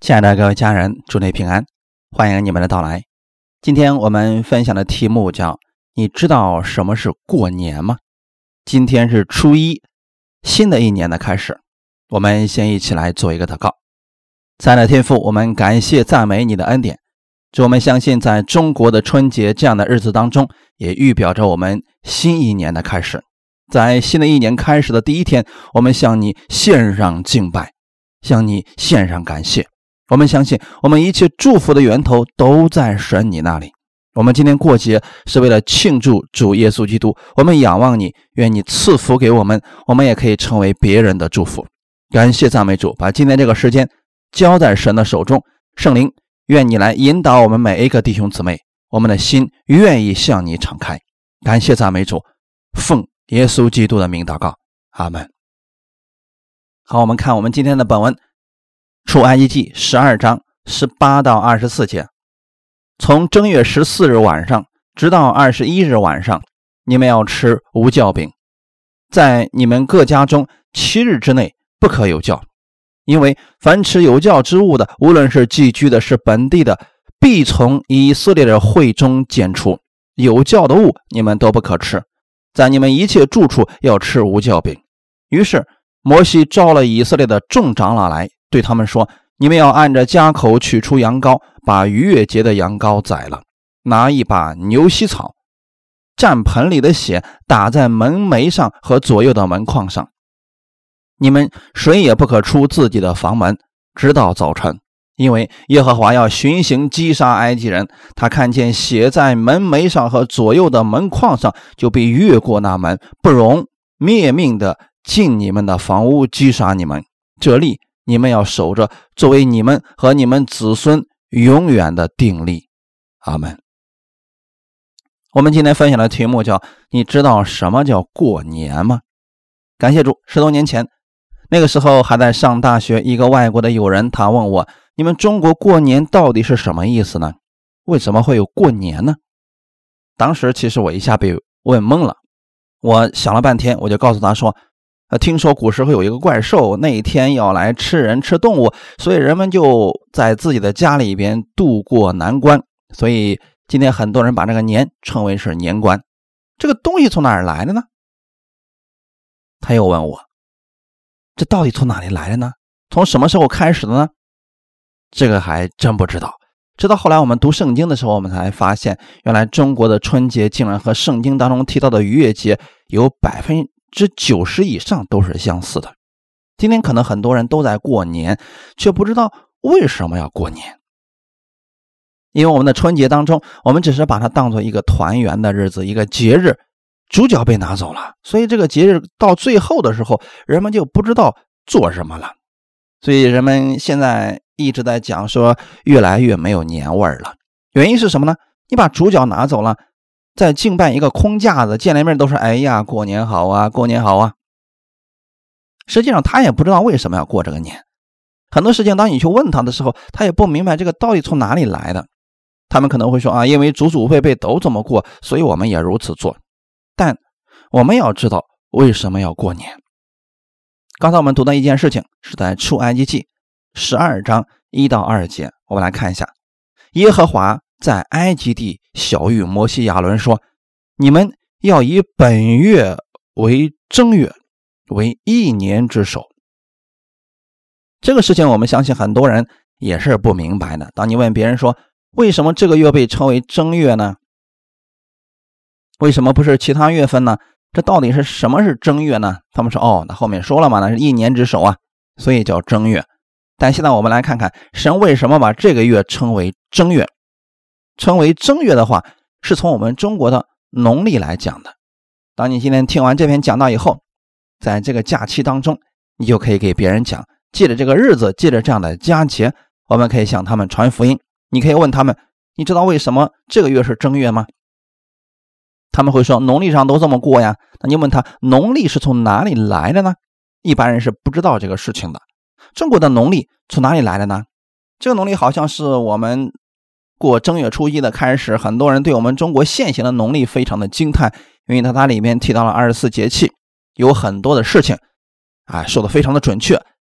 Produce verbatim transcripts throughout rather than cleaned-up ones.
亲爱的各位家人，祝你平安，欢迎你们的到来。今天我们分享的题目叫你知道什么是过年吗？今天是初一，新的一年的开始，我们先一起来做一个祷告。亲爱的天父，我们感谢赞美你的恩典，主，我们相信在中国的春节这样的日子当中，也预表着我们新一年的开始。在新的一年开始的第一天，我们向你献上敬拜，向你献上感谢。我们相信我们一切祝福的源头都在神你那里。我们今天过节是为了庆祝主耶稣基督，我们仰望你，愿你赐福给我们，我们也可以成为别人的祝福。感谢赞美主，把今天这个时间交在神的手中。圣灵，愿你来引导我们每一个弟兄姊妹，我们的心愿意向你敞开。感谢赞美主，奉耶稣基督的名祷告，阿们。好，我们看我们今天的本文，出埃及记十二章十八到二十四节。从正月十四日晚上直到二十一日晚上，你们要吃无酵饼，在你们各家中七日之内不可有酵，因为凡吃有酵之物的，无论是寄居的是本地的，必从以色列的会中剪除。有酵的物你们都不可吃，在你们一切住处要吃无酵饼。于是摩西召了以色列的众长老来，对他们说，你们要按着家口取出羊羔，把逾越节的羊羔宰了，拿一把牛膝草，蘸盆里的血，打在门楣上和左右的门框上。你们谁也不可出自己的房门，直到早晨，因为耶和华要巡行击杀埃及人，他看见血在门楣上和左右的门框上，就必越过那门，不容灭命的进你们的房屋击杀你们。这例你们要守着，作为你们和你们子孙永远的定例。阿们。我们今天分享的题目叫你知道什么叫过年吗？感谢主，十多年前那个时候还在上大学，一个外国的友人他问我，你们中国过年到底是什么意思呢？为什么会有过年呢？当时其实我一下被问懵了，我想了半天，我就告诉他说，呃，听说古时候有一个怪兽，那一天要来吃人吃动物，所以人们就在自己的家里边度过难关，所以今天很多人把这个年称为是年关。这个东西从哪儿来的呢？他又问我，这到底从哪里来的呢？从什么时候开始的呢？这个还真不知道。直到后来我们读圣经的时候，我们才发现，原来中国的春节竟然和圣经当中提到的逾越节有百分之九十以上都是相似的。今天可能很多人都在过年，却不知道为什么要过年。因为我们的春节当中，我们只是把它当作一个团圆的日子，一个节日，主角被拿走了，所以这个节日到最后的时候，人们就不知道做什么了。所以人们现在一直在讲说越来越没有年味儿了。原因是什么呢？你把主角拿走了，再敬拜一个空架子，见了面都是哎呀过年好啊，过年好啊。实际上他也不知道为什么要过这个年，很多事情当你去问他的时候，他也不明白这个到底从哪里来的。他们可能会说啊，因为祖祖辈辈都这么过，所以我们也如此做。但我们要知道为什么要过年。刚才我们读的一件事情是在出埃及记十二章一到二节，我们来看一下。耶和华在埃及地晓谕摩西亚伦说，你们要以本月为正月，为一年之首。这个事情我们相信很多人也是不明白的。当你问别人说，为什么这个月被称为正月呢？为什么不是其他月份呢？这到底是什么是正月呢？他们说，哦，那后面说了嘛，那是一年之首啊，所以叫正月。但现在我们来看看神为什么把这个月称为正月。称为正月的话，是从我们中国的农历来讲的。当你今天听完这篇讲道以后，在这个假期当中，你就可以给别人讲，借着这个日子，借着这样的佳节，我们可以向他们传福音。你可以问他们，你知道为什么这个月是正月吗？他们会说农历上都这么过呀。那你问他农历是从哪里来的呢？一般人是不知道这个事情的。中国的农历从哪里来的呢？这个农历好像是我们过正月初一的开始，很多人对我们中国现行的农历非常的惊叹，因为它它里面提到了二十四节气，有很多的事情啊，说的非常的准确。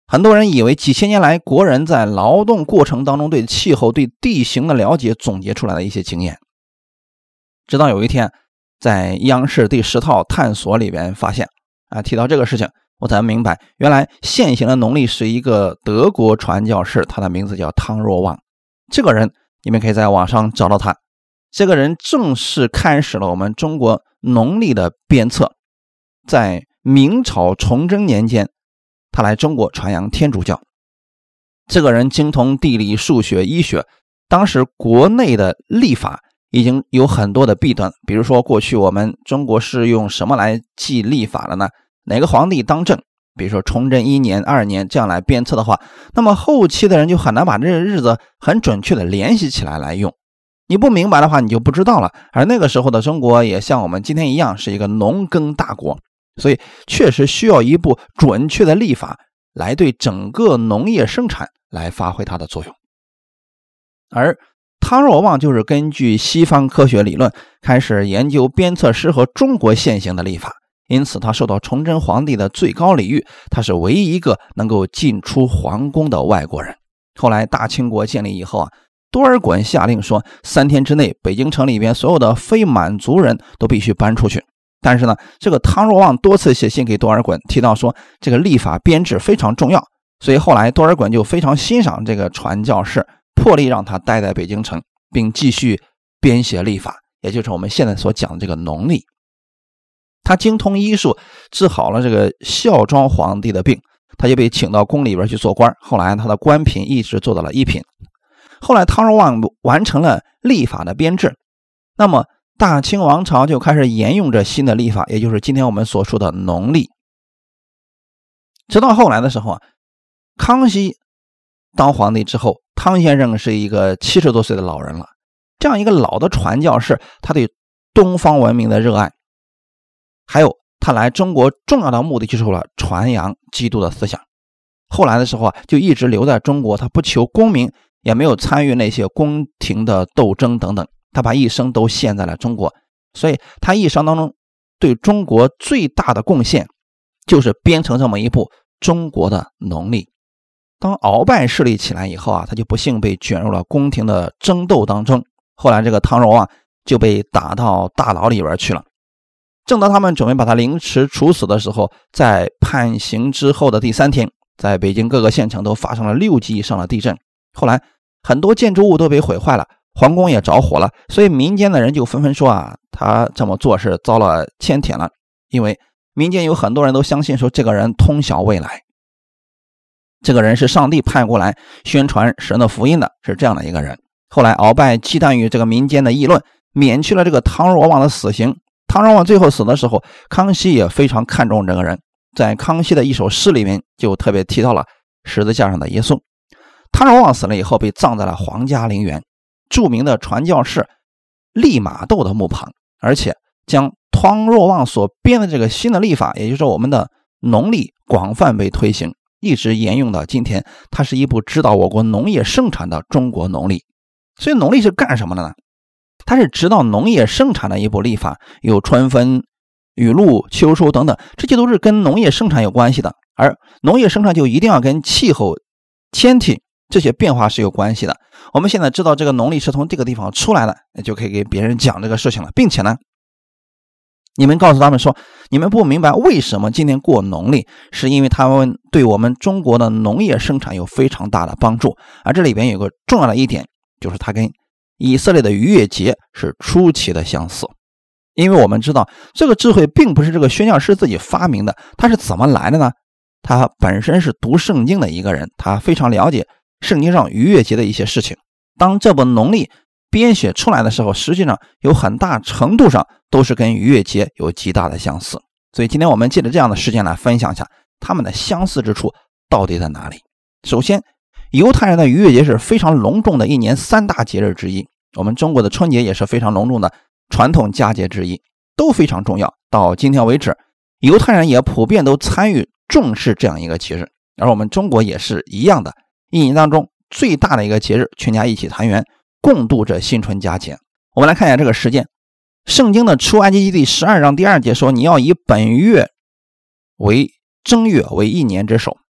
很多人以为几千年来国人在劳动过程当中对气候、对地形的了解总结出来的一些经验。直到有一天在央视第十套探索里边发现啊，提到这个事情，我才明白原来现行的农历是一个德国传教士，他的名字叫汤若望。这个人你们可以在网上找到他，这个人正式开始了我们中国农历的编册。在明朝崇祯年间，他来中国传扬天主教。这个人精通地理、数学、医学，当时国内的历法已经有很多的弊端，比如说过去我们中国是用什么来记历法的呢？哪个皇帝当政，比如说崇祯一年、二年这样来编册的话，那么后期的人就很难把这个日子很准确的联系起来来用。你不明白的话你就不知道了。而那个时候的中国也像我们今天一样是一个农耕大国，所以确实需要一部准确的历法来对整个农业生产来发挥它的作用。而汤若望就是根据西方科学理论开始研究编册适合中国现行的历法，因此他受到崇祯皇帝的最高礼遇，他是唯一一个能够进出皇宫的外国人。后来大清国建立以后啊，多尔衮下令说三天之内北京城里边所有的非满族人都必须搬出去。但是呢，这个汤若望多次写信给多尔衮，提到说这个历法编制非常重要，所以后来多尔衮就非常欣赏这个传教士，破例让他待在北京城，并继续编写历法，也就是我们现在所讲的这个农历。他精通医术，治好了这个孝庄皇帝的病，他就被请到宫里边去做官，后来他的官品一直做到了一品。后来汤若望完成了历法的编制，那么大清王朝就开始沿用着新的历法，也就是今天我们所说的农历。直到后来的时候啊，康熙当皇帝之后，汤先生是一个七十多岁的老人了。这样一个老的传教士，他对东方文明的热爱，还有他来中国重要的目的就是为了传扬基督的思想。后来的时候啊，就一直留在中国，他不求功名，也没有参与那些宫廷的斗争等等，他把一生都献在了中国。所以他一生当中对中国最大的贡献就是编成这么一部中国的农历。当鳌拜势力起来以后啊，他就不幸被卷入了宫廷的争斗当中。后来这个汤若望就被打到大牢里边去了。正当他们准备把他凌迟处死的时候，在判刑之后的第三天，在北京各个县城都发生了六级以上的地震。后来很多建筑物都被毁坏了，皇宫也着火了，所以民间的人就纷纷说啊，他这么做是遭了牵舔了。因为民间有很多人都相信说这个人通晓未来，这个人是上帝派过来宣传神的福音的，是这样的一个人。后来鳌拜忌惮于这个民间的议论，免去了这个汤若望的死刑。汤若望最后死的时候，康熙也非常看重这个人，在康熙的一首诗里面就特别提到了十字架上的耶稣。汤若望死了以后，被葬在了皇家陵园著名的传教士利玛窦的墓旁，而且将汤若望所编的这个新的历法，也就是我们的农历广泛被推行，一直沿用到今天。它是一部指导我国农业生产的中国农历。所以农历是干什么的呢？它是指导农业生产的一部历法，有春分、雨露、秋收等等，这些都是跟农业生产有关系的。而农业生产就一定要跟气候、天气这些变化是有关系的。我们现在知道这个农历是从这个地方出来的，就可以给别人讲这个事情了，并且呢，你们告诉他们说，你们不明白为什么今天过农历，是因为他们对我们中国的农业生产有非常大的帮助。而这里边有个重要的一点，就是它跟以色列的逾越节是出奇的相似。因为我们知道这个智慧并不是这个宣教师自己发明的，他是怎么来的呢？他本身是读圣经的一个人，他非常了解圣经上逾越节的一些事情。当这部农历编写出来的时候，实际上有很大程度上都是跟逾越节有极大的相似。所以今天我们借着这样的时间来分享一下他们的相似之处到底在哪里。首先，犹太人的逾越节是非常隆重的一年三大节日之一，我们中国的春节也是非常隆重的传统佳节之一，都非常重要。到今天为止，犹太人也普遍都参与重视这样一个节日，而我们中国也是一样的，一年当中最大的一个节日，全家一起团圆，共度这新春佳节。我们来看一下这个时间，圣经的出埃及记第十二章第二节说，你要以本月为正月为一年之首。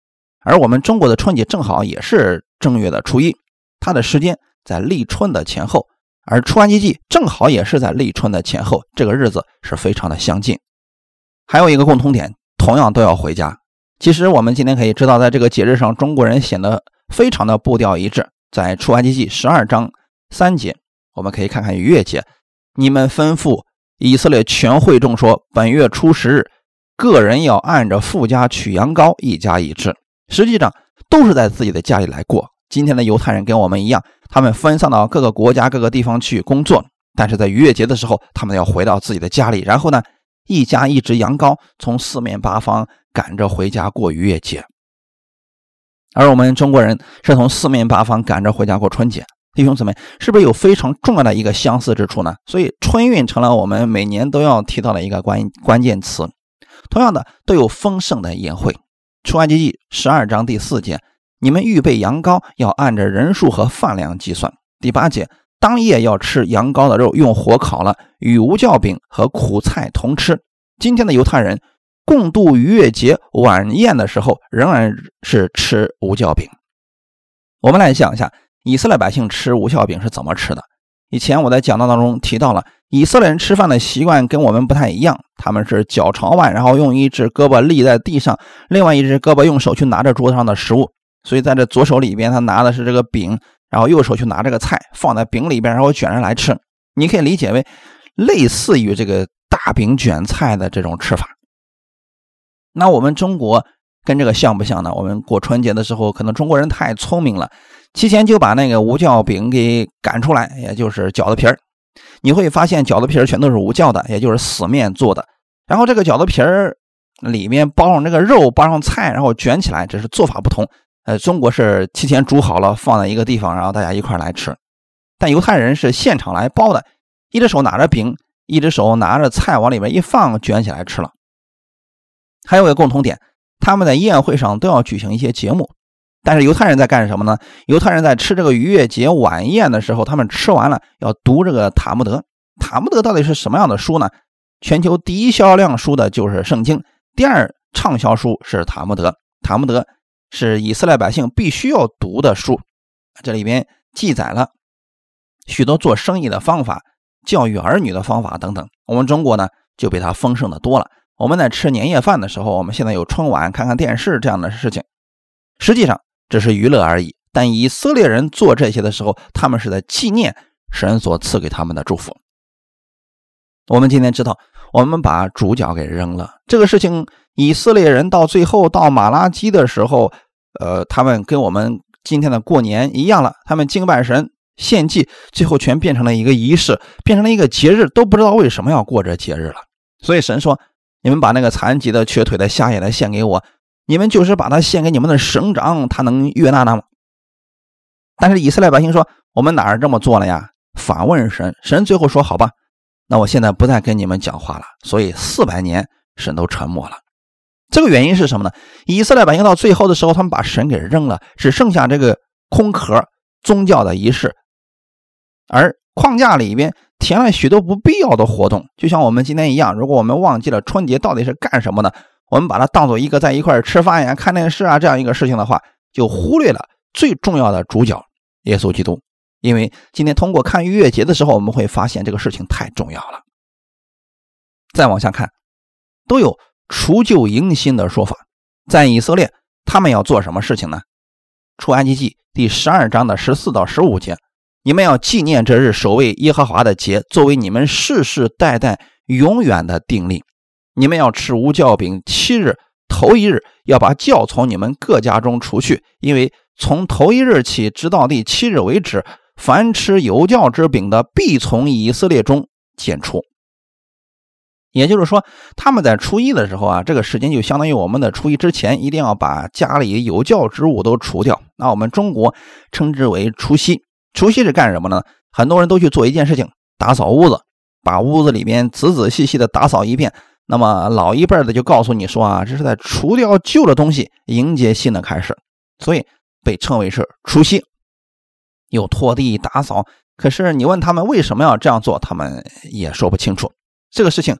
而我们中国的春节正好也是正月的初一，它的时间在立春的前后，而除寒祭正好也是在立春的前后，这个日子是非常的相近。还有一个共同点，同样都要回家。其实我们今天可以知道，在这个节日上，中国人显得非常的步调一致。在出埃及记十二章三节，我们可以看看逾越节，你们吩咐以色列全会众说，本月初十日，个人要按着父家取羊羔，一家一只。实际上都是在自己的家里来过。今天的犹太人跟我们一样，他们分散到各个国家各个地方去工作，但是在逾越节的时候，他们要回到自己的家里，然后呢，一家一只羊羔从四面八方赶着回家过逾越节。而我们中国人是从四面八方赶着回家过春节，弟兄姊妹，是不是有非常重要的一个相似之处呢？所以春运成了我们每年都要提到的一个关关键词。同样的，都有丰盛的宴会。出埃及记十二章第四节，你们预备羊羔要按着人数和饭量计算。第八节，当夜要吃羊羔的肉，用火烤了，与无酵饼和苦菜同吃。今天的犹太人共度逾越节晚宴的时候，仍然是吃无酵饼。我们来想一下，以色列百姓吃无酵饼是怎么吃的。以前我在讲道当中提到了，以色列人吃饭的习惯跟我们不太一样，他们是脚朝外，然后用一只胳膊立在地上，另外一只胳膊用手去拿着桌上的食物。所以在这左手里边，他拿的是这个饼，然后右手去拿这个菜，放在饼里边，然后卷着来吃。你可以理解为类似于这个大饼卷菜的这种吃法。那我们中国跟这个像不像呢？我们过春节的时候，可能中国人太聪明了，提前就把那个无酵饼给赶出来，也就是饺子皮儿。你会发现饺子皮儿全都是无酵的，也就是死面做的。然后这个饺子皮儿里面包上这个肉，包上菜，然后卷起来，只是做法不同。呃，中国是提前煮好了，放在一个地方，然后大家一块来吃。但犹太人是现场来包的，一只手拿着饼，一只手拿着菜往里面一放，卷起来吃了。还有一个共同点，他们在宴会上都要举行一些节目。但是犹太人在干什么呢？犹太人在吃这个逾越节晚宴的时候，他们吃完了要读这个塔木德。塔木德到底是什么样的书呢？全球第一销量书的就是圣经，第二畅销书是塔木德。塔木德是以色列百姓必须要读的书，这里边记载了许多做生意的方法，教育儿女的方法等等。我们中国呢就比它丰盛的多了。我们在吃年夜饭的时候，我们现在有春晚，看看电视这样的事情，实际上只是娱乐而已。但以色列人做这些的时候，他们是在纪念神所赐给他们的祝福。我们今天知道，我们把主角给扔了，这个事情以色列人到最后到马拉基的时候，呃，他们跟我们今天的过年一样了，他们敬拜神献祭，最后全变成了一个仪式，变成了一个节日，都不知道为什么要过这节日了。所以神说，你们把那个残疾的、瘸腿的、瞎眼的献给我，你们就是把它献给你们的省长，他能悦纳吗？但是以色列百姓说，我们哪儿这么做了呀？反问神，神最后说，好吧，那我现在不再跟你们讲话了。所以四百年神都沉默了。这个原因是什么呢？以色列百姓到最后的时候，他们把神给扔了，只剩下这个空壳宗教的仪式，而框架里边填了许多不必要的活动。就像我们今天一样，如果我们忘记了春节到底是干什么的，我们把它当做一个在一块吃饭呀、看电视啊这样一个事情的话，就忽略了最重要的主角耶稣基督。因为今天通过看逾越节的时候，我们会发现这个事情太重要了。再往下看，都有除旧迎新的说法。在以色列，他们要做什么事情呢？出埃及记第十二章的十四到十五节，你们要纪念这日，守卫耶和华的节，作为你们世世代代永远的定例。你们要吃无酵饼七日，头一日要把酵从你们各家中除去，因为从头一日起直到第七日为止，凡吃有酵之饼的，必从以色列中剪除。也就是说，他们在初一的时候啊，这个时间就相当于我们的初一之前，一定要把家里有酵之物都除掉。那我们中国称之为除夕。除夕是干什么呢？很多人都去做一件事情，打扫屋子，把屋子里面仔仔细细的打扫一遍。那么老一辈的就告诉你说啊，这是在除掉旧的东西，迎接新的开始，所以被称为是除夕。有拖地打扫，可是你问他们为什么要这样做，他们也说不清楚。这个事情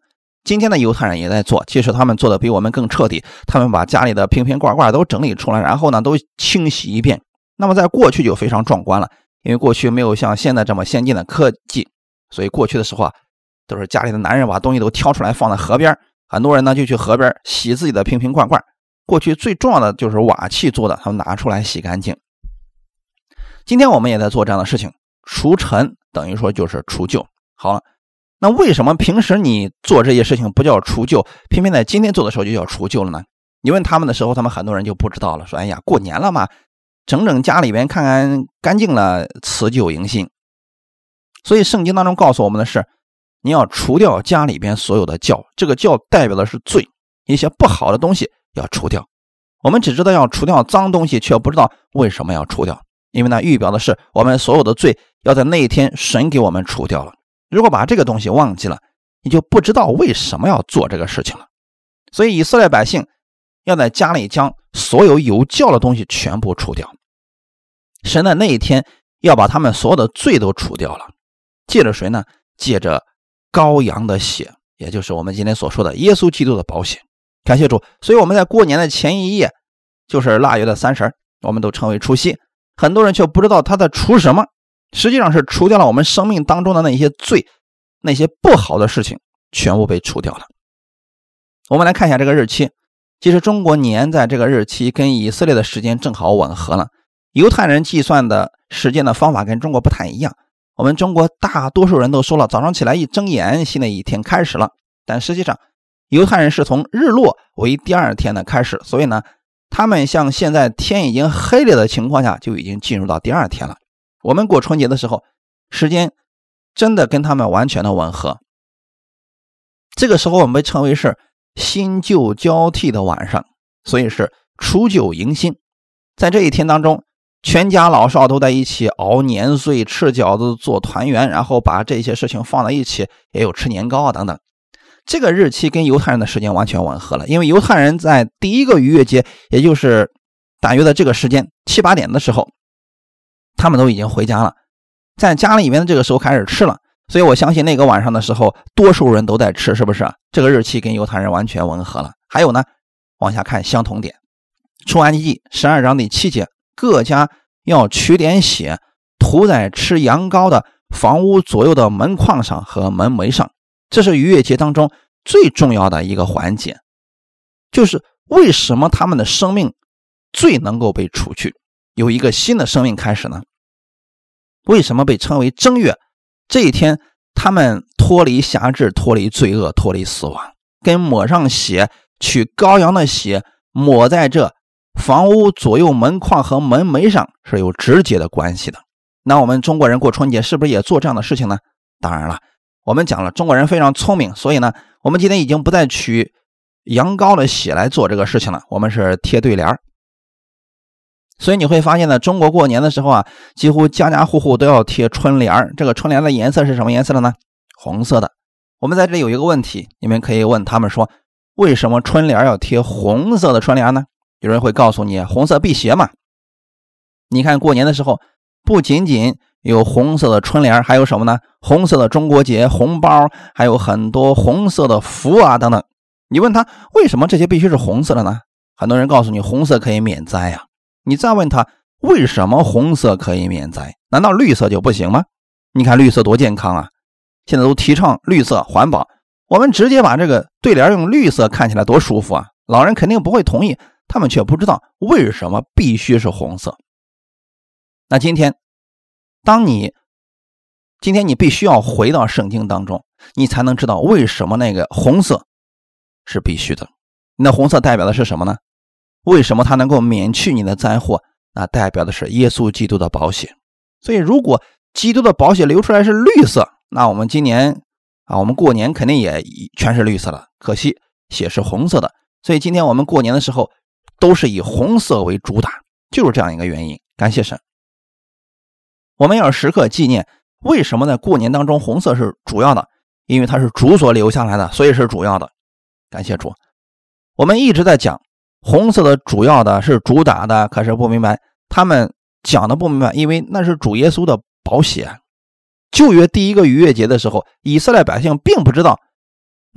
今天的犹太人也在做，其实他们做的比我们更彻底，他们把家里的瓶瓶罐罐都整理出来，然后呢都清洗一遍。那么在过去就非常壮观了，因为过去没有像现在这么先进的科技，所以过去的时候啊，都是家里的男人把东西都挑出来放在河边，很多人呢就去河边洗自己的瓶瓶罐罐。过去最重要的就是瓦器做的，他们拿出来洗干净。今天我们也在做这样的事情，除尘等于说就是除旧。好了，那为什么平时你做这些事情不叫除旧，偏偏在今天做的时候就叫除旧了呢？你问他们的时候，他们很多人就不知道了，说哎呀，过年了嘛，整整家里边看看干净了，辞旧迎新。所以圣经当中告诉我们的是，你要除掉家里边所有的酵，这个酵代表的是罪，一些不好的东西要除掉。我们只知道要除掉脏东西，却不知道为什么要除掉，因为呢预表的是我们所有的罪要在那一天神给我们除掉了。如果把这个东西忘记了，你就不知道为什么要做这个事情了。所以以色列百姓要在家里将所有有酵的东西全部除掉，神的那一天要把他们所有的罪都除掉了。借着谁呢？借着羔羊的血，也就是我们今天所说的耶稣基督的宝血。感谢主。所以我们在过年的前一夜，就是腊月的三十，我们都称为除夕，很多人却不知道他在除什么，实际上是除掉了我们生命当中的那些罪，那些不好的事情全部被除掉了。我们来看一下这个日期，其实中国年在这个日期跟以色列的时间正好吻合了。犹太人计算的时间的方法跟中国不太一样，我们中国大多数人都说了，早上起来一睁眼，新的一天开始了，但实际上犹太人是从日落为第二天的开始，所以呢他们像现在天已经黑了的情况下，就已经进入到第二天了。我们过春节的时候，时间真的跟他们完全的吻合。这个时候我们被称为是新旧交替的晚上，所以是除旧迎新。在这一天当中，全家老少都在一起熬年岁，吃饺子，做团圆，然后把这些事情放在一起，也有吃年糕啊等等。这个日期跟犹太人的时间完全吻合了，因为犹太人在第一个逾越节，也就是大约的这个时间七八点的时候，他们都已经回家了，在家里面的这个时候开始吃了，所以我相信那个晚上的时候多数人都在吃，是不是？这个日期跟犹太人完全吻合了。还有呢，往下看相同点，出埃及记十二章第七节，各家要取点血涂在吃羊羔的房屋左右的门框上和门楣上。这是逾越节当中最重要的一个环节，就是为什么他们的生命最能够被除去，有一个新的生命开始呢？为什么被称为正月？这一天他们脱离辖制，脱离罪恶，脱离死亡，跟抹上血，取羔羊的血抹在这房屋左右门框和门楣上是有直接的关系的。那我们中国人过春节是不是也做这样的事情呢？当然了，我们讲了中国人非常聪明，所以呢我们今天已经不再取羊羔的血来做这个事情了，我们是贴对联。所以你会发现呢，中国过年的时候啊，几乎家家户户都要贴春联。这个春联的颜色是什么颜色的呢？红色的。我们在这里有一个问题，你们可以问他们说，为什么春联要贴红色的春联呢？有人会告诉你，红色辟邪嘛。你看过年的时候不仅仅有红色的春联，还有什么呢？红色的中国结、红包，还有很多红色的符啊等等。你问他为什么这些必须是红色的呢？很多人告诉你红色可以免灾啊。你再问他为什么红色可以免灾？难道绿色就不行吗？你看绿色多健康啊，现在都提倡绿色环保，我们直接把这个对联用绿色看起来多舒服啊，老人肯定不会同意，他们却不知道为什么必须是红色。那今天当你今天你必须要回到圣经当中，你才能知道为什么那个红色是必须的。那红色代表的是什么呢？为什么它能够免去你的灾祸？那代表的是耶稣基督的宝血。所以如果基督的宝血流出来是绿色，那我们今年啊，我们过年肯定也全是绿色的，可惜血是红色的。所以今天我们过年的时候都是以红色为主打，就是这样一个原因。感谢神。我们要时刻纪念，为什么在过年当中红色是主要的？因为它是主所留下来的，所以是主要的。感谢主。我们一直在讲红色的主要的是主打的，可是不明白，他们讲的不明白，因为那是主耶稣的宝血。旧约第一个逾越节的时候，以色列百姓并不知道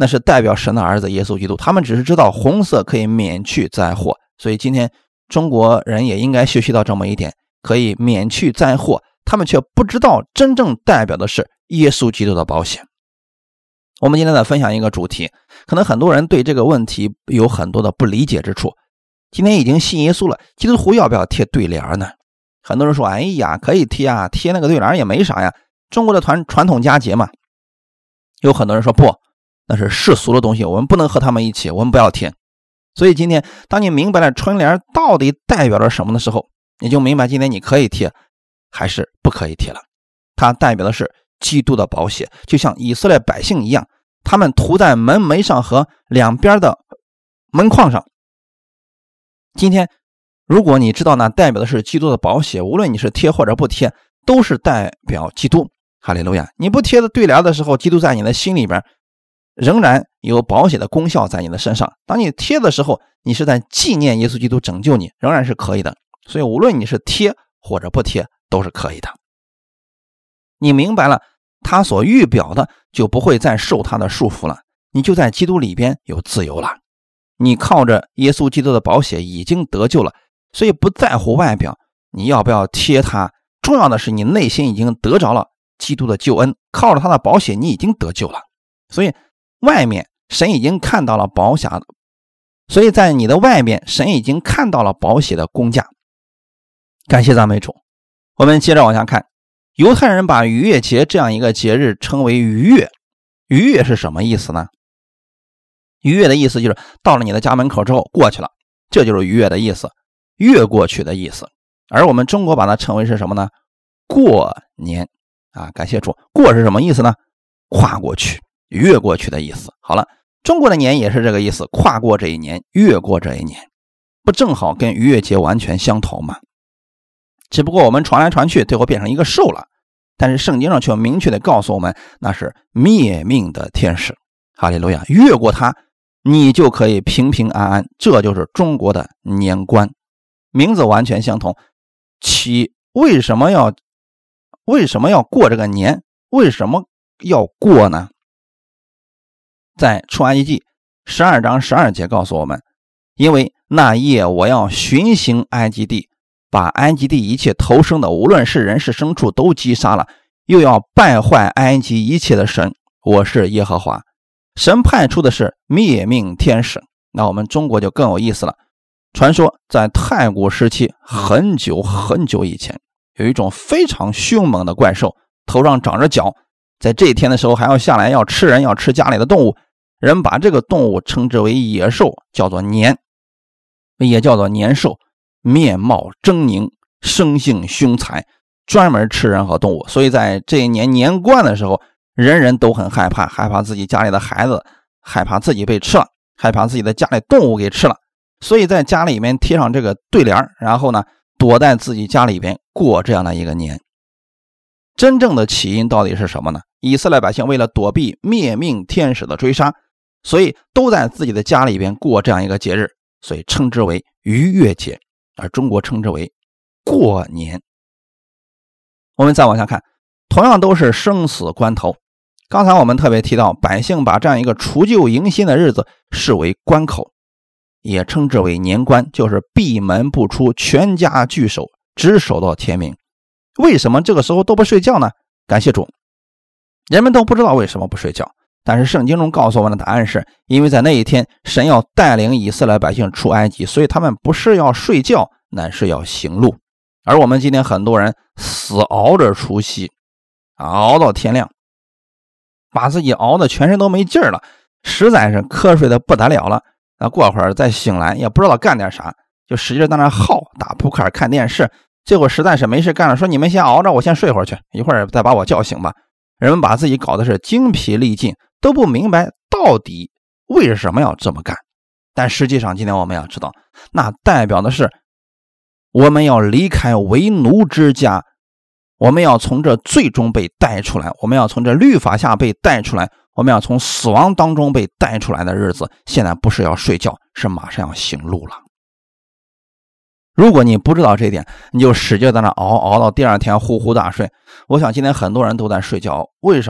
那是代表神的儿子耶稣基督。他们只是知道红色可以免去灾祸，所以今天中国人也应该学习到这么一点，可以免去灾祸，他们却不知道真正代表的是耶稣基督的保险。我们今天再分享一个主题，可能很多人对这个问题有很多的不理解之处。今天已经信耶稣了，基督徒要不要贴对联呢？很多人说，哎呀，可以贴啊，贴那个对联也没啥呀，中国的传传统佳节嘛。有很多人说不，那是世俗的东西，我们不能和他们一起，我们不要贴。所以今天当你明白了春联到底代表了什么的时候，你就明白今天你可以贴还是不可以贴了。它代表的是基督的宝血，就像以色列百姓一样，他们涂在门楣上和两边的门框上。今天如果你知道那代表的是基督的宝血，无论你是贴或者不贴，都是代表基督。哈利路亚！你不贴的对联的时候，基督在你的心里边仍然有宝血的功效在你的身上。当你贴的时候，你是在纪念耶稣基督拯救你，仍然是可以的。所以无论你是贴或者不贴都是可以的。你明白了他所预表的，就不会再受他的束缚了，你就在基督里边有自由了。你靠着耶稣基督的宝血已经得救了，所以不在乎外表你要不要贴它，重要的是你内心已经得着了基督的救恩，靠着他的宝血你已经得救了。所以外面神已经看到了宝血，所以在你的外面神已经看到了宝血的工价。感谢赞美主。我们接着往下看，犹太人把逾越节这样一个节日称为逾越。逾越是什么意思呢？逾越的意思就是到了你的家门口之后过去了，这就是逾越的意思，越过去的意思。而我们中国把它称为是什么呢？过年啊！感谢主。过是什么意思呢？跨过去，越过去的意思。好了，中国的年也是这个意思，跨过这一年，越过这一年，不正好跟逾越节完全相同吗？只不过我们传来传去最后变成一个兽了，但是圣经上却明确的告诉我们，那是灭命的天使。哈利路亚！越过它你就可以平平安安，这就是中国的年关。名字完全相同，其为什么要为什么要过这个年？为什么要过呢？在出埃及记十二章十二节告诉我们，因为那夜我要巡行埃及地，把埃及地一切投生的，无论是人是牲畜，都击杀了，又要败坏埃及一切的神，我是耶和华。神派出的是灭命天使。那我们中国就更有意思了，传说在太古时期很久很久以前，有一种非常凶猛的怪兽，头上长着角，在这一天的时候还要下来要吃人，要吃家里的动物。人把这个动物称之为野兽，叫做年，也叫做年兽，面貌狰狞，生性凶残，专门吃人和动物。所以在这一年年关的时候，人人都很害怕，害怕自己家里的孩子，害怕自己被吃了，害怕自己的家里动物给吃了，所以在家里面贴上这个对联，然后呢躲在自己家里边过这样的一个年。真正的起因到底是什么呢？以色列百姓为了躲避灭命天使的追杀，所以都在自己的家里边过这样一个节日，所以称之为逾越节，而中国称之为过年。我们再往下看，同样都是生死关头。刚才我们特别提到，百姓把这样一个除旧迎新的日子视为关口，也称之为年关，就是闭门不出，全家聚守，直守到天明。为什么这个时候都不睡觉呢？感谢主，人们都不知道为什么不睡觉，但是圣经中告诉我们的答案是，因为在那一天神要带领以色列百姓出埃及，所以他们不是要睡觉，乃是要行路。而我们今天很多人死熬着除夕，熬到天亮，把自己熬得全身都没劲儿了，实在是瞌睡的不得了了。那过会儿再醒来也不知道干点啥，就使劲在那耗，打扑克看电视，结果实在是没事干了，说你们先熬着，我先睡会儿去，一会儿再把我叫醒吧。人们把自己搞的是精疲力尽，都不明白到底为什么要这么干。但实际上今天我们要知道，那代表的是我们要离开为奴之家，我们要从这最终被带出来，我们要从这律法下被带出来，我们要从死亡当中被带出来的日子，现在不是要睡觉，是马上要行路了。如果你不知道这一点，你就使劲在那熬，熬到第二天呼呼大睡。我想今天很多人都在睡觉，为什么呢？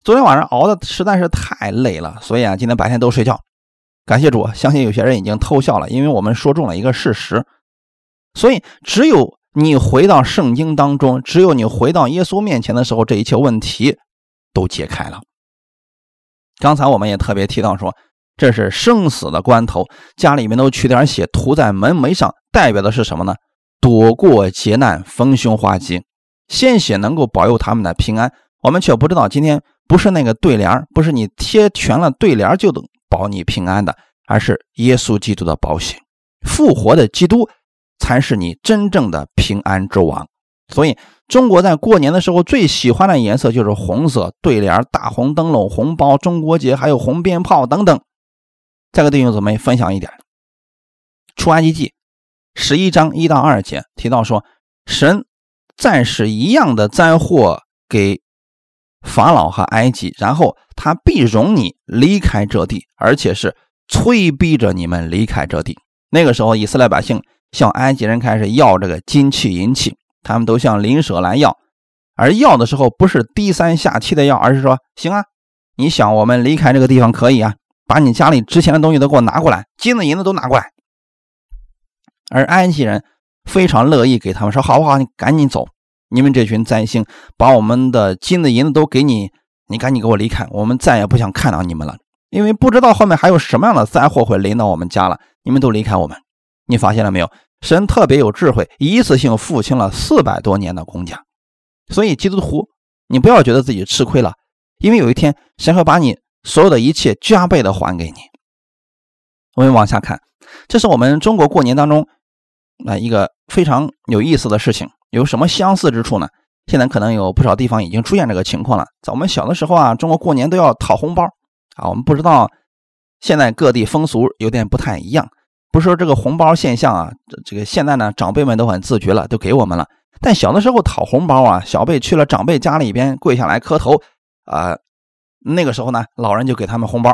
昨天晚上熬的实在是太累了，所以啊，今天白天都睡觉。感谢主，相信有些人已经偷笑了，因为我们说中了一个事实。所以只有你回到圣经当中，只有你回到耶稣面前的时候，这一切问题都解开了。刚才我们也特别提到说，这是生死的关头，家里面都取点血涂在门楣上，代表的是什么呢？躲过劫难，逢凶化吉，鲜血能够保佑他们的平安。我们却不知道，今天不是那个对联，不是你贴全了对联就能保你平安的，而是耶稣基督的宝血，复活的基督才是你真正的平安之王。所以中国在过年的时候最喜欢的颜色就是红色，对联、大红灯笼、红包、中国结，还有红鞭炮等等。再跟弟兄姊妹分享一点，出埃及记十一章一到二节提到说，神暂时一样的灾祸给法老和埃及，然后他必容你离开这地，而且是催逼着你们离开这地。那个时候以色列百姓向埃及人开始要这个金器银器，他们都向邻舍来要，而要的时候不是低三下气的要，而是说行啊，你想我们离开这个地方可以啊，把你家里值钱的东西都给我拿过来，金子银子都拿过来。而埃及人非常乐意给他们说，好不好，你赶紧走，你们这群灾星把我们的金子银子都给你，你赶紧给我离开，我们再也不想看到你们了，因为不知道后面还有什么样的灾祸会临到我们家了，你们都离开我们。你发现了没有，神特别有智慧，一次性付清了四百多年的工价。所以基督徒，你不要觉得自己吃亏了，因为有一天神会把你所有的一切加倍的还给你。我们往下看，这是我们中国过年当中啊、呃、一个非常有意思的事情。有什么相似之处呢？现在可能有不少地方已经出现这个情况了。在我们小的时候啊，中国过年都要讨红包啊，我们不知道现在各地风俗有点不太一样。不是说这个红包现象啊，这个现在呢长辈们都很自觉了，都给我们了。但小的时候讨红包啊，小辈去了长辈家里边跪下来磕头啊、呃，那个时候呢，老人就给他们红包。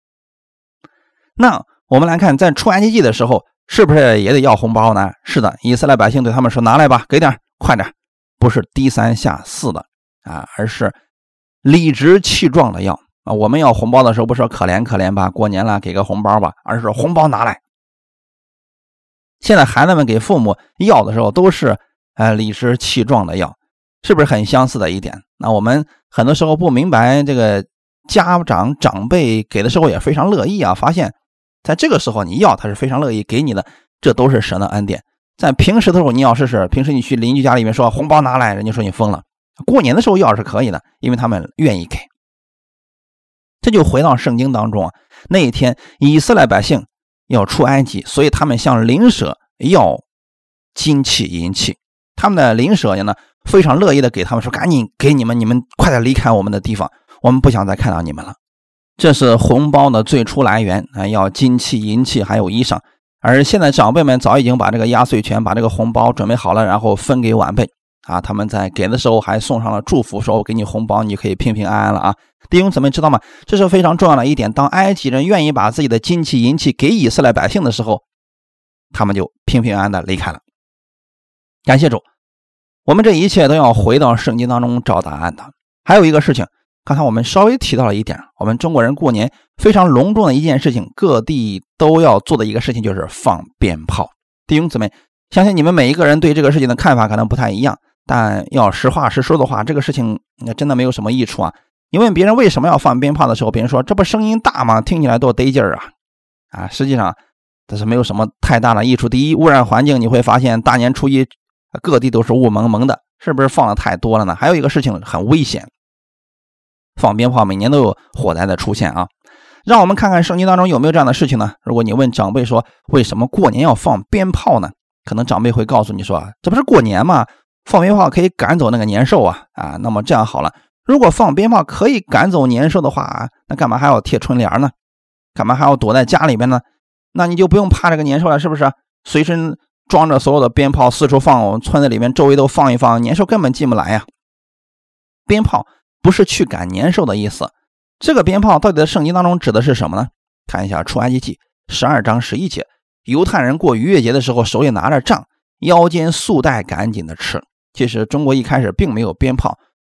那我们来看，在出埃及记的时候，是不是也得要红包呢？是的，以色列百姓对他们说：“拿来吧，给点，快点。”不是低三下四的啊，而是理直气壮的要啊。我们要红包的时候，不说可怜可怜吧，过年了给个红包吧，而是红包拿来。现在孩子们给父母要的时候，都是呃理直气壮的要，是不是很相似的一点？那我们很多时候不明白，这个家长长辈给的时候也非常乐意啊，发现在这个时候你要他是非常乐意给你的，这都是神的恩典。在平时的时候你要试试，平时你去邻居家里面说红包拿来，人家说你疯了。过年的时候要是可以的，因为他们愿意给。这就回到圣经当中啊，那一天以色列百姓要出埃及，所以他们向邻舍要金器银器。他们的邻舍呢非常乐意的给他们说，赶紧给你们，你们快点离开我们的地方，我们不想再看到你们了。这是红包的最初来源啊，要金器银器还有衣裳。而现在长辈们早已经把这个压岁钱把这个红包准备好了，然后分给晚辈啊。他们在给的时候还送上了祝福，说我给你红包，你可以平平安安了啊。弟兄姊妹知道吗？这是非常重要的一点。当埃及人愿意把自己的金器银器给以色列百姓的时候，他们就平平安安的离开了。感谢主，我们这一切都要回到圣经当中找答案的。还有一个事情，刚才我们稍微提到了一点，我们中国人过年非常隆重的一件事情，各地都要做的一个事情就是放鞭炮。弟兄姊妹，相信你们每一个人对这个事情的看法可能不太一样，但要实话实说的话，这个事情真的没有什么益处啊。你问别人为什么要放鞭炮的时候，别人说这不声音大吗？听起来多得劲儿啊！啊，实际上这是没有什么太大的益处。第一，污染环境，你会发现大年初一各地都是雾蒙蒙的，是不是放的太多了呢？还有一个事情很危险，放鞭炮每年都有火灾的出现啊。让我们看看圣经当中有没有这样的事情呢？如果你问长辈说为什么过年要放鞭炮呢？可能长辈会告诉你说，这不是过年吗？放鞭炮可以赶走那个年兽啊啊！那么这样好了，如果放鞭炮可以赶走年兽的话，那干嘛还要贴春联呢？干嘛还要躲在家里边呢？那你就不用怕这个年兽了，是不是？随身装着所有的鞭炮四处放，我们村子里面周围都放一放，年兽根本进不来呀。鞭炮不是去赶年兽的意思。这个鞭炮到底在圣经当中指的是什么呢？看一下出埃及记十二章十一节，犹太人过逾越节的时候手里拿着杖，腰间束带，赶紧的吃。其实中国一开始并没有鞭炮，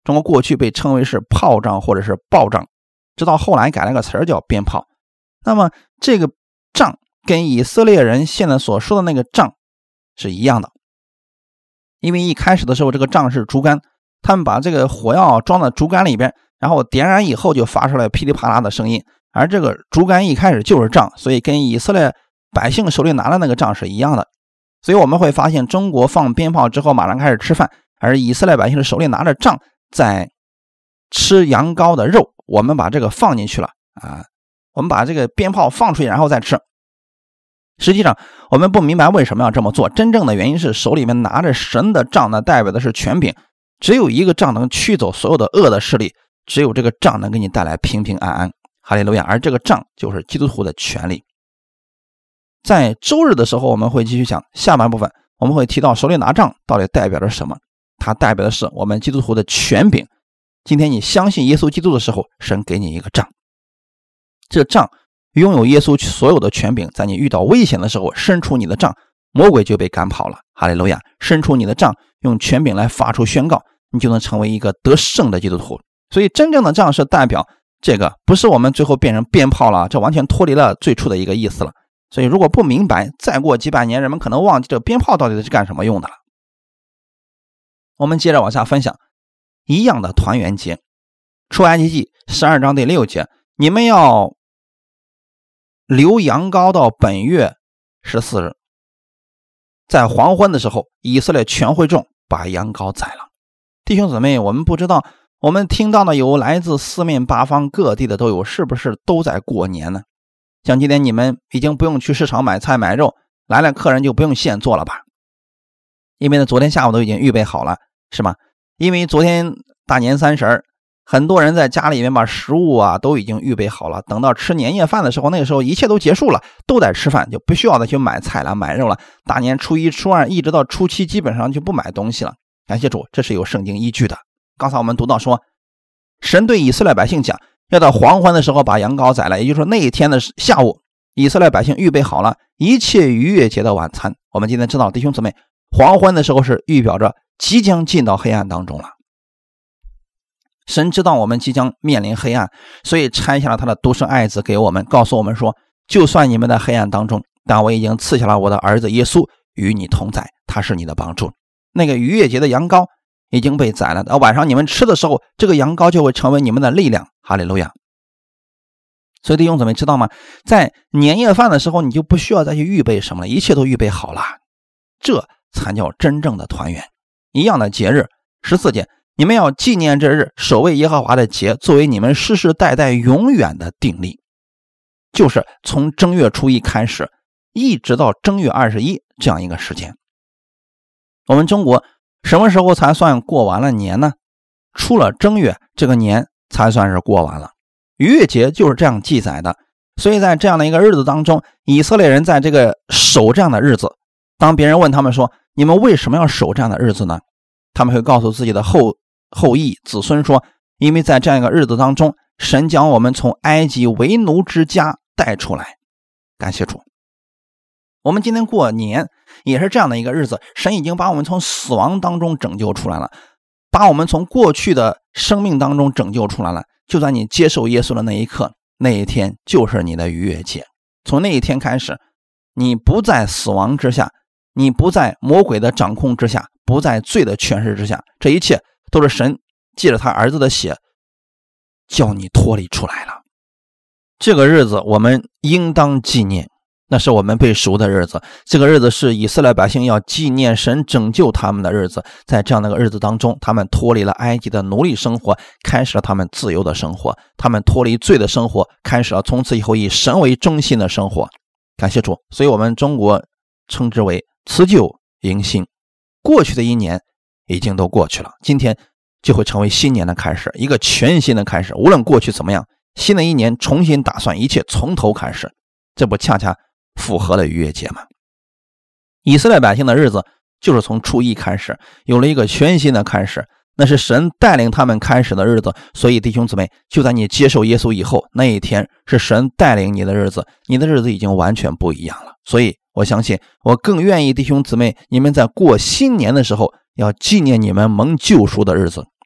中国过去被称为是炮仗或者是爆仗，直到后来改了个词儿叫鞭炮。那么这个仗跟以色列人现在所说的那个仗是一样的，因为一开始的时候这个仗是竹竿，他们把这个火药装在竹竿里边，然后点燃以后就发出来噼里啪啦的声音，而这个竹竿一开始就是杖，所以跟以色列百姓手里拿的那个杖是一样的。所以我们会发现中国放鞭炮之后马上开始吃饭，而以色列百姓的手里拿着杖在吃羊羔的肉，我们把这个放进去了啊，我们把这个鞭炮放出去然后再吃。实际上我们不明白为什么要这么做，真正的原因是手里面拿着神的杖呢，代表的是权柄，只有一个杖能驱走所有的恶的势力，只有这个杖能给你带来平平安安，哈利路亚。而这个杖就是基督徒的权利。在周日的时候我们会继续讲下半部分，我们会提到手里拿杖到底代表着什么，它代表的是我们基督徒的权柄。今天你相信耶稣基督的时候，神给你一个杖，这杖拥有耶稣所有的权柄，在你遇到危险的时候伸出你的杖，魔鬼就被赶跑了，哈利路亚。伸出你的杖，用权柄来发出宣告，你就能成为一个得胜的基督徒。所以真正的杖是代表这个，不是我们最后变成鞭炮了，这完全脱离了最初的一个意思了。所以如果不明白，再过几百年人们可能忘记这鞭炮到底是干什么用的了。我们接着往下分享一样的团圆节，出埃及记十二章第六节，你们要留羊羔到本月十四日，在黄昏的时候，以色列全会众把羊羔宰了。弟兄姊妹，我们不知道，我们听到的有来自四面八方各地的都有，是不是都在过年呢？像今天你们已经不用去市场买菜买肉，来了客人就不用现做了吧？因为呢，昨天下午都已经预备好了，是吗？因为昨天大年三十，很多人在家里面把食物啊都已经预备好了，等到吃年夜饭的时候，那个时候一切都结束了，都在吃饭，就不需要再去买菜了买肉了。大年初一初二一直到初七基本上就不买东西了。感谢主，这是有圣经依据的。刚才我们读到说，神对以色列百姓讲，要到黄昏的时候把羊羔宰了，也就是说那一天的下午，以色列百姓预备好了一切逾越节的晚餐。我们今天知道，弟兄姊妹，黄昏的时候是预表着即将进到黑暗当中了。神知道我们即将面临黑暗，所以拆下了他的独生爱子给我们，告诉我们说，就算你们在黑暗当中，但我已经赐下了我的儿子耶稣与你同在，他是你的帮助。那个逾越节的羊羔已经被宰了，到晚上你们吃的时候，这个羊羔就会成为你们的力量，哈利路亚。所以弟兄姊妹知道吗？在年夜饭的时候，你就不需要再去预备什么了，一切都预备好了，这才叫真正的团圆。一样的节日，十四节，你们要纪念这日，守卫耶和华的节，作为你们世世代代永远的定例，就是从正月初一开始，一直到正月二十一这样一个时间。我们中国什么时候才算过完了年呢？出了正月，这个年才算是过完了。逾越节就是这样记载的。所以在这样的一个日子当中，以色列人在这个守这样的日子，当别人问他们说，你们为什么要守这样的日子呢？他们会告诉自己的后后裔子孙说，因为在这样一个日子当中，神将我们从埃及为奴之家带出来。感谢主。我们今天过年也是这样的一个日子，神已经把我们从死亡当中拯救出来了，把我们从过去的生命当中拯救出来了。就在你接受耶稣的那一刻，那一天就是你的逾越节。从那一天开始，你不在死亡之下，你不在魔鬼的掌控之下，不在罪的权势之下，这一切都是神借着他儿子的血叫你脱离出来了。这个日子我们应当纪念，那是我们被赎的日子。这个日子是以色列百姓要纪念神拯救他们的日子。在这样的一个日子当中，他们脱离了埃及的奴隶生活，开始了他们自由的生活。他们脱离罪的生活，开始了从此以后以神为中心的生活。感谢主。所以我们中国称之为辞旧迎新。过去的一年已经都过去了，今天就会成为新年的开始，一个全新的开始。无论过去怎么样，新的一年重新打算，一切从头开始。这不恰恰符合了逾越节吗？以色列百姓的日子就是从初一开始，有了一个全新的开始，那是神带领他们开始的日子。所以弟兄姊妹，就在你接受耶稣以后，那一天是神带领你的日子，你的日子已经完全不一样了。所以我相信，我更愿意弟兄姊妹，你们在过新年的时候要纪念你们蒙救赎的日子，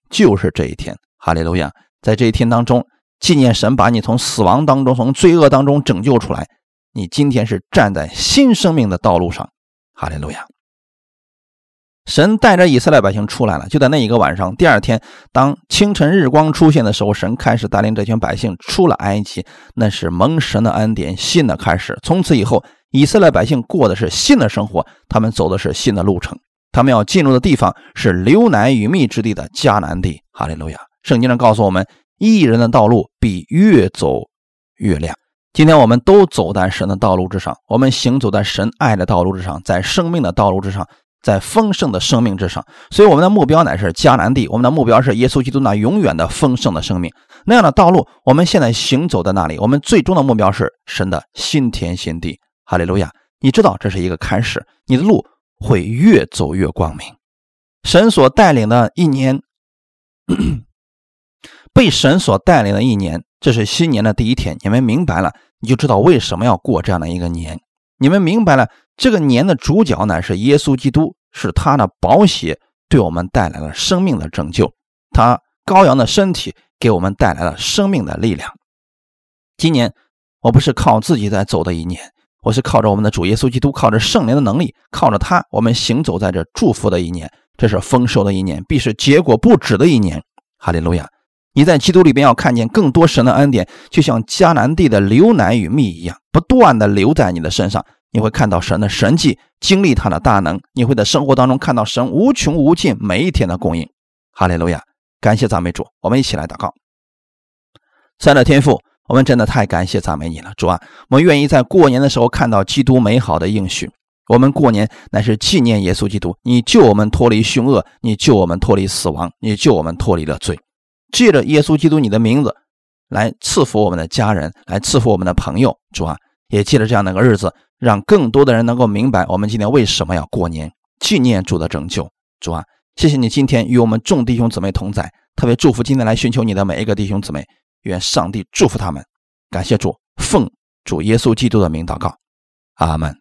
就是这一天。哈利路亚！在这一天当中，纪念神把你从死亡当中，从罪恶当中拯救出来，你今天是站在新生命的道路上。哈利路亚！神带着以色列百姓出来了，就在那一个晚上，第二天当清晨日光出现的时候，神开始带领这群百姓出了埃及，那是蒙神的恩典，新的开始。从此以后，以色列百姓过的是新的生活，他们走的是新的路程，他们要进入的地方是流奶与蜜之地的迦南地。哈利路亚！圣经上告诉我们，义人的道路必越走越亮。今天我们都走在神的道路之上，我们行走在神爱的道路之上，在生命的道路之上，在丰盛的生命之上。所以我们的目标乃是迦南地，我们的目标是耶稣基督那永远的丰盛的生命。那样的道路我们现在行走在那里，我们最终的目标是神的新天新地。哈利路亚！你知道这是一个开始，你的路会越走越光明。神所带领的一年被神所带领的一年，这是新年的第一天。你们明白了，你就知道为什么要过这样的一个年。你们明白了，这个年的主角呢是耶稣基督，是他的宝血对我们带来了生命的拯救，他羔羊的身体给我们带来了生命的力量。今年我不是靠自己在走的一年，我是靠着我们的主耶稣基督，靠着圣灵的能力，靠着他，我们行走在这祝福的一年，这是丰收的一年，必是结果不止的一年。哈利路亚！你在基督里边要看见更多神的恩典，就像迦南地的流奶与蜜一样，不断的流在你的身上。你会看到神的神迹，经历他的大能，你会在生活当中看到神无穷无尽每一天的供应。哈利路亚！感谢赞美主，我们一起来祷告。亲爱的天父，我们真的太感谢赞美你了，主啊，我们愿意在过年的时候看到基督美好的应许。我们过年乃是纪念耶稣基督，你救我们脱离凶恶，你救我们脱离死亡，你救我们脱离了罪。借着耶稣基督你的名字来赐福我们的家人，来赐福我们的朋友，主啊，也借着这样的一个日子，让更多的人能够明白我们今天为什么要过年，纪念主的拯救。主啊，谢谢你今天与我们众弟兄姊妹同在，特别祝福今天来寻求你的每一个弟兄姊妹，愿上帝祝福他们。感谢主，奉主耶稣基督的名祷告，阿们。